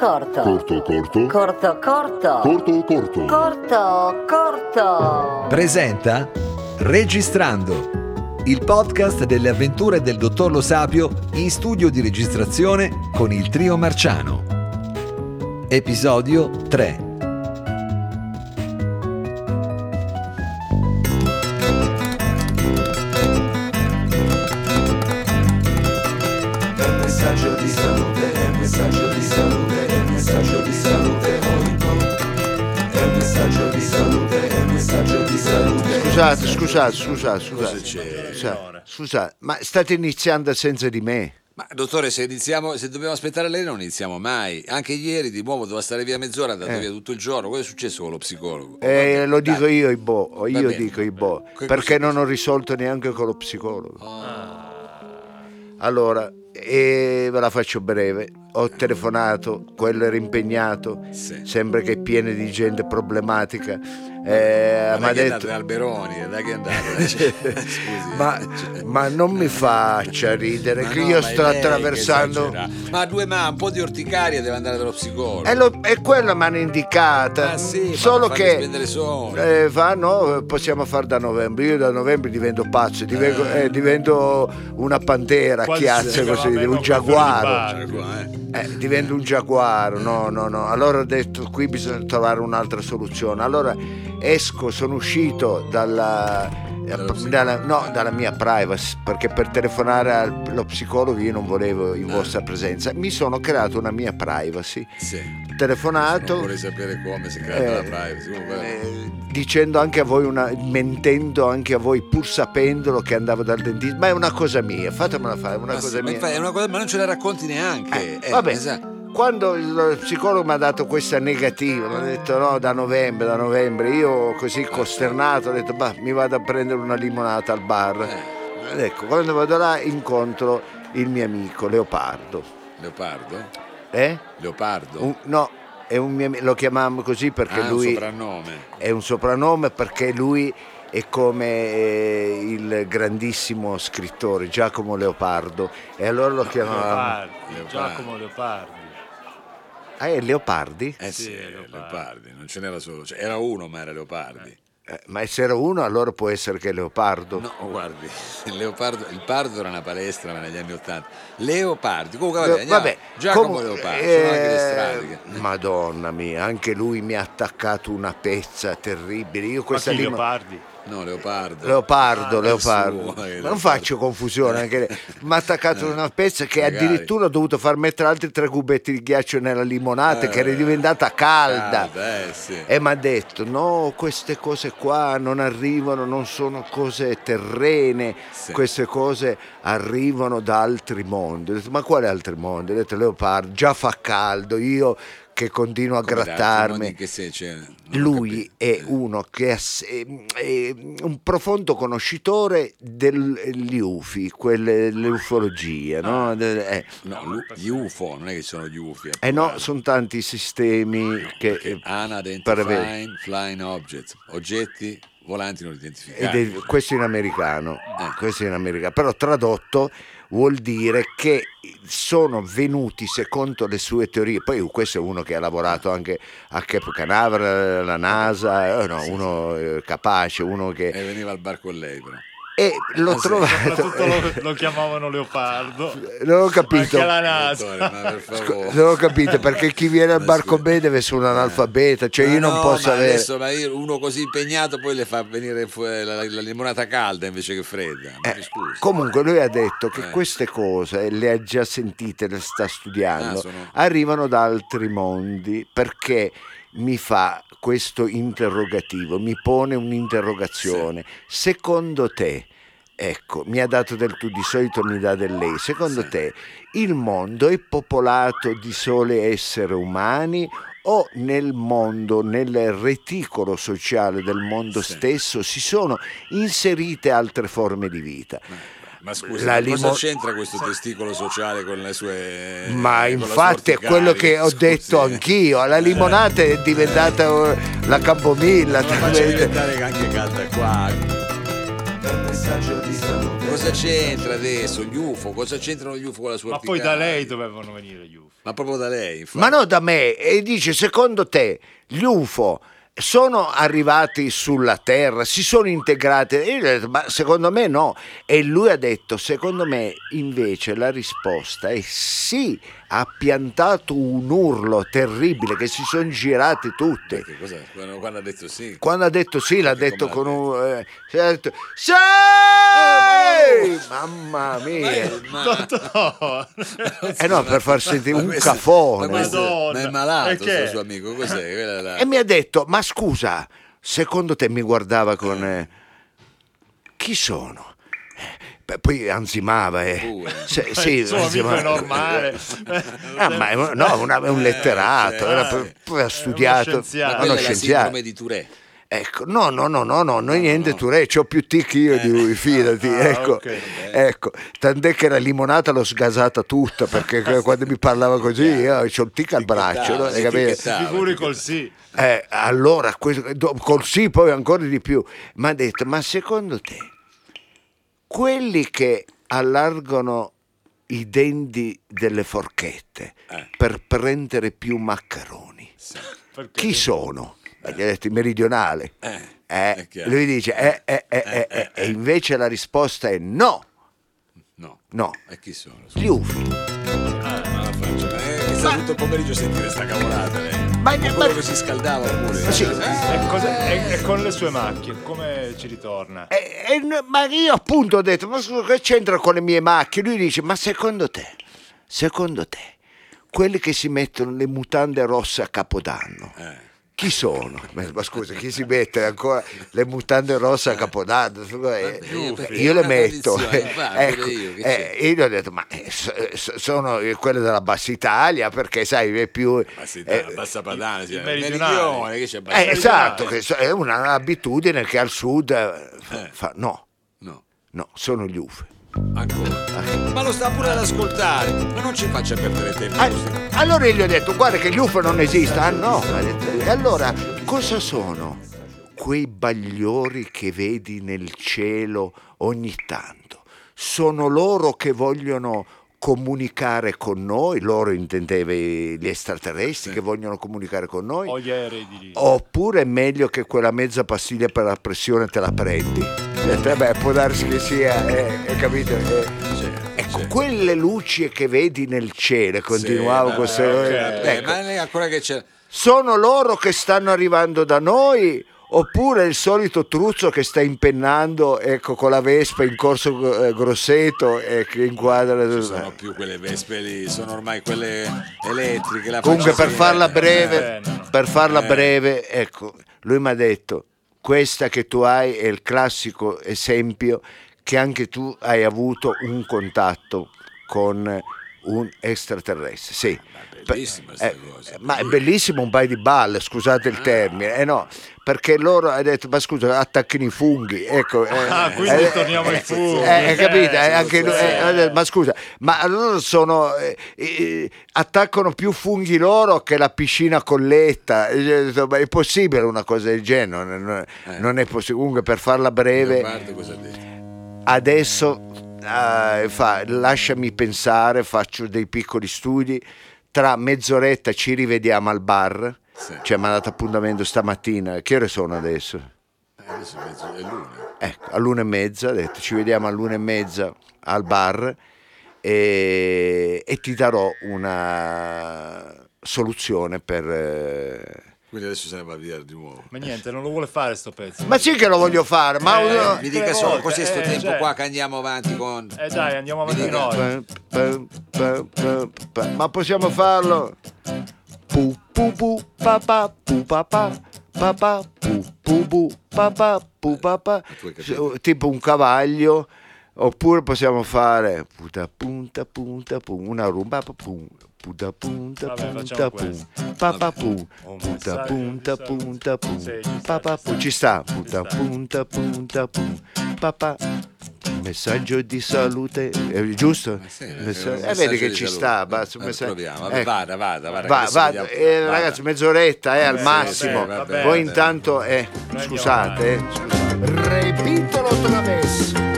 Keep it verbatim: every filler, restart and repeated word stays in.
corto. Corto corto. Corto corto. Corto corto. Corto corto. Presenta Registrando, il podcast delle avventure del dottor Lo Sapio in studio di registrazione con il trio Marciano. Episodio tre. Messaggio di salute, è un messaggio di salute, è un messaggio di salute, è un messaggio di salute, è un messaggio di salute. Scusate, scusate, scusate, Cosa scusate. c'è? Scusate, scusate, ma state iniziando senza di me? Ma dottore, se iniziamo, se dobbiamo aspettare lei non iniziamo mai. Anche ieri di nuovo doveva stare via mezz'ora, è andato Eh. via tutto il giorno. Cosa è successo con lo psicologo? Eh, Vabbè, lo dai. dico io, i boh, Va io bene. dico i boh, Che perché cosa- non ho risolto neanche con lo psicologo. Ah. Allora, e ve la faccio breve, ho telefonato, quello era impegnato, Sì. sembra che è pieno di gente problematica, eh, mi Ma ha che è detto... andato in Alberoni, dai che è andato. Scusi. Ma, ma non mi faccia ridere, Ma che no, io ma è sto lei che attraversando... esagera. Ma due ma un po' di orticaria deve andare dallo psicologo. E, lo, e quello mi hanno indicata, Ah, sì, solo ma per farli che spendere soldi. eh, fa, no, possiamo fare da novembre. Io da novembre divento pazzo, divento, eh, divento una pantera, Quasi chiazza si così, chiama un meno giaguaro. quello di Cioè, qua, eh. Eh, divento un giaguaro, no, no, no. Allora ho detto qui bisogna trovare un'altra soluzione. Allora esco, sono uscito dalla, eh, dalla, no, dalla mia privacy, perché per telefonare allo psicologo io non volevo in Ah. vostra presenza. Mi sono creato una mia privacy. Sì. Ho telefonato. Non vorrei sapere come si crea Eh, la privacy. Comunque, eh, dicendo anche a voi una, mentendo anche a voi pur sapendolo che andavo dal dentista, ma è una cosa mia, fatemela fare, è una ma, cosa sì, ma mia. infatti è una cosa, ma non ce la racconti neanche. Eh, Eh, vabbè, esatto. quando il psicologo mi ha dato questa negativa, mi ha detto no, da novembre, da novembre, io così costernato ho detto bah, mi vado a prendere una limonata al bar. Eh. Ed ecco, quando vado là incontro il mio amico Leopardo. Leopardo? Eh? Leopardo? Un- no, è un mio, ami- lo chiamavamo così perché ah, lui... un soprannome. È un soprannome perché lui è come eh, il grandissimo scrittore Giacomo Leopardo, e allora lo chiamavamo... Leopardi, Leopardi. Giacomo Leopardi. Ah, è Leopardi? Eh sì, Sì, Leopardi. Leopardi. non ce n'era solo, cioè, era uno ma era Leopardi. Eh, ma se era uno allora può essere che è Leopardo. No, guardi, il Leopardo, il Pardo era una palestra ma negli anni Ottanta. Leopardi, comunque vabbè, Le- andiamo. vabbè, Giacomo comu- Leopardi, sono anche le eh, strade. Che... Madonna mia, anche lui mi ha attaccato una pezza terribile. Io Ma questa chi, lima- Leopardi? No, Leopardo. Leopardo, Ah, Leopardo. il suo, eh, Ma Leopardo. non faccio confusione, anche mi ha attaccato una pezza che Magari. addirittura ho dovuto far mettere altri tre cubetti di ghiaccio nella limonata, Eh, che era diventata calda. calda, eh, sì. E mi ha detto no, queste cose qua non arrivano, non sono cose terrene, Sì. queste cose arrivano da altri mondi. Ho detto ma quale altri mondi? Ho detto Leopardo, già fa caldo, io che continuo a Come da altri grattarmi. modi, che se- cioè, non ho Lui capito. è uno che ha s- è, è un profondo conoscitore degli U F I, quelle, l'ufologia, no? De- eh. No, lu- gli U F O, non è che sono gli U F I. Eh no, sono tanti sistemi che... Perché preve- Unidentified Flying Objects, oggetti volanti non ed identificati. è- questo in americano, Eh. questo in americano, però tradotto vuol dire che sono venuti secondo le sue teorie. Poi questo è uno che ha lavorato anche a Cape Canaveral, la NASA, eh, no, uno eh, capace, uno che... E veniva al bar con lei però. E l'ho Ah, sì. trovato... Soprattutto lo, lo chiamavano Leopardo. Non ho capito. Anche la NASA. Dottore, ma per favore. Non ho capito perché chi viene al Ma bar con scusi. me deve essere un analfabeta, cioè Ma io non no, posso ma avere... adesso ma io- uno così impegnato poi le fa venire fuori la, la limonata calda invece che fredda. Ma Eh, mi scusi. comunque lui ha detto che Eh. queste cose le ha già sentite, le sta studiando, Ah, sono- arrivano da altri mondi, perché mi fa questo interrogativo, mi pone un'interrogazione. Secondo te, ecco, mi ha dato del tu, di solito mi dà del lei, secondo Sì. te il mondo è popolato di soli esseri umani o nel mondo, nel reticolo sociale del mondo Sì. stesso si sono inserite altre forme di vita? Ma scusi, La ma limo- cosa c'entra questo testicolo sociale con le sue... Ma eh, con la sua infatti è quello che ho orticaria? detto Scusi. anch'io, la limonata è diventata uh, la Campomilla. Non la faccia diventare anche calda qua. È un messaggio di salute. Cosa c'entra adesso? Gli U F O? Cosa c'entrano gli U F O con la sua Ma poi da orticaria? lei dovevano venire gli U F O. Ma proprio da lei, infatti. Ma no da me, e dice secondo te gli U F O sono arrivati sulla Terra, si sono integrati? E io gli ho detto ma secondo me no, e lui ha detto secondo me invece la risposta è sì, ha piantato un urlo terribile che si sono girati tutti. Che cos'è? Quando, quando ha detto sì. Quando ha detto sì l'ha Perché detto con come un eh, si è detto, sì! Mamma mia. Ma, No. Eh no, per far sentire ma un questo- cafone. Ma, questo- Madonna. ma è malato E che? sto suo amico, cos'è? Quella là. E mi ha detto, ma scusa, secondo te mi guardava con... eh, chi sono? Beh, poi ansimava. Eh. Pure. Se- Il sì, suo amico ansimava. è normale. Ah, ma è, no, una- è un letterato, Eh, era, sì. poi ha studiato, scienziato. Ma ma quella uno è la scienziato. sindrome di Tourette. Ecco, no, no, no, no, no, no niente no. tu re, c'ho più tic io di lui, fidati, Ah, ecco, ok. ecco, tant'è che la limonata l'ho sgasata tutta, perché quando mi parlava così io c'ho un tic al braccio, no? Ticchettava, Hai capito? ticchettava. Figuri col sì. Eh, allora, questo- do- col sì poi ancora di più, mi ha detto, ma secondo te, quelli che allargano i denti delle forchette Eh. per prendere più maccheroni, Perché? chi sono? E gli ha detto i meridionali. Eh, Eh, è chiaro. lui dice, eh, eh, eh, eh, eh, e invece la risposta è no, No. no, E chi sono? gli U F O. Ah, ma la faccio. Eh, che sta tutto il pomeriggio a sentire sta cavolata lei. Ma- Con ma- quello che si scaldava pure. sì. Eh, E, cos'è- e- e con le sue macchie, come ci ritorna? E- e no- ma io appunto ho detto, ma scusa, che c'entra con le mie macchie? Lui dice, ma secondo te, secondo te, quelli che si mettono le mutande rosse a Capodanno, eh. chi sono? Ma ma scusa, chi si mette ancora le mutande rosse a Capodanno? Eh, io- Io le una metto. tradizione, infatti, Ecco, pure io, che eh, io gli ho detto, ma eh, so- so- sono quelle della Bassa Italia, perché sai, è più... Ma si eh, bassa padana, sì, il il meridionale. meridione, che c'è eh, bassa esatto, che so- è un'abitudine che al sud eh, fa, Eh. fa- no, No, no, sono gli U F O. ancora. Ma lo sta pure ad ascoltare. Ma non ci faccia perdere tempo. Ah, così. allora io gli ho detto, guarda che gli U F O non esistono. Ah no, ha detto, e allora cosa sono quei bagliori che vedi nel cielo ogni tanto? Sono loro che vogliono comunicare con noi, loro intendeva gli extraterrestri Sì. che vogliono comunicare con noi, O gli aerei di lì. oppure è meglio che quella mezza pastiglia per la pressione te la prendi? Ho detto, "Eh beh, può darsi che sia, eh, hai capito? Eh, Sì, Ecco, sì. quelle luci che vedi nel cielo, continuavo Sì, con vabbè, queste- ok, ecco, ma lei ancora che c'è. sono loro che stanno arrivando da noi oppure il solito truzzo che sta impennando, ecco, con la Vespa in corso eh, Grosseto e che inquadra. Non sono più quelle vespe lì, sono ormai quelle elettriche. La Comunque, faccia per sì, farla eh, breve, eh, no. per farla Eh. breve, ecco, lui mi ha detto, questa che tu hai è il classico esempio che anche tu hai avuto un contatto con un extraterrestre. Sì. bellissima sta Eh, cosa. ma è bellissimo un paio di balle, scusate il termine, eh no, perché loro hanno detto, ma scusa, attacchino i funghi, ecco. eh, Ah, quindi eh, torniamo ai eh, funghi. eh, eh, capite? Eh, Eh, anche sì, lui- sì. eh, ha detto, ma scusa, ma loro sono, eh, eh, attaccano più funghi loro che la piscina colletta. E io ho detto, ma è possibile una cosa del genere? Non, Eh. non è possibile. Comunque, per farla breve, Leopardo cosa ha detto? adesso eh, fa, lasciami pensare, faccio dei piccoli studi, tra mezz'oretta ci rivediamo al bar, Sì. ci ha mandato appuntamento stamattina, che ore sono adesso? Eh, adesso è mezzo- è l'una. Ecco, all'una e mezza, ha detto ci vediamo all'una e mezza al bar e, e ti darò una soluzione per... eh, Quindi adesso se ne va via di nuovo. Ma niente, non lo vuole fare sto pezzo. Ma sì che lo voglio fare, ma... Eh, uno- Mi tre dica solo, volte, cos'è sto eh, tempo cioè- qua che andiamo avanti con... Eh dai, andiamo avanti Mi dica. noi. Pa- pa- pa- pa- ma possiamo farlo? Pu pu pu pa pa pu pa pa pa pa pu pu pu pa pa pu pa pa, tu hai capito. tipo un cavaglio, oppure possiamo fare puta punta punta pum, una rumba pa pum, puta punta Vabbè, punta facciamo pum, questo. pa pa pum, Un puta messaggio punta di salute. punta pum, Sì, ci sta, pa pa ci pum, sta. ci sta, puta sta. punta punta pum, pa pa. Messaggio di salute, è giusto? sì, Messa- un eh, messaggio vedi che di ci salute. sta, basta, un Eh, messaggio- proviamo, vabbè, ecco. vada, vada, vada, che Va- adesso vado, vediamo. eh, Vada. ragazzi, mezz'oretta eh, al Vabbè, massimo. vabbè, vabbè, Voi vabbè. intanto, eh, Noi andiamo scusate, eh. Repitelo otra vez.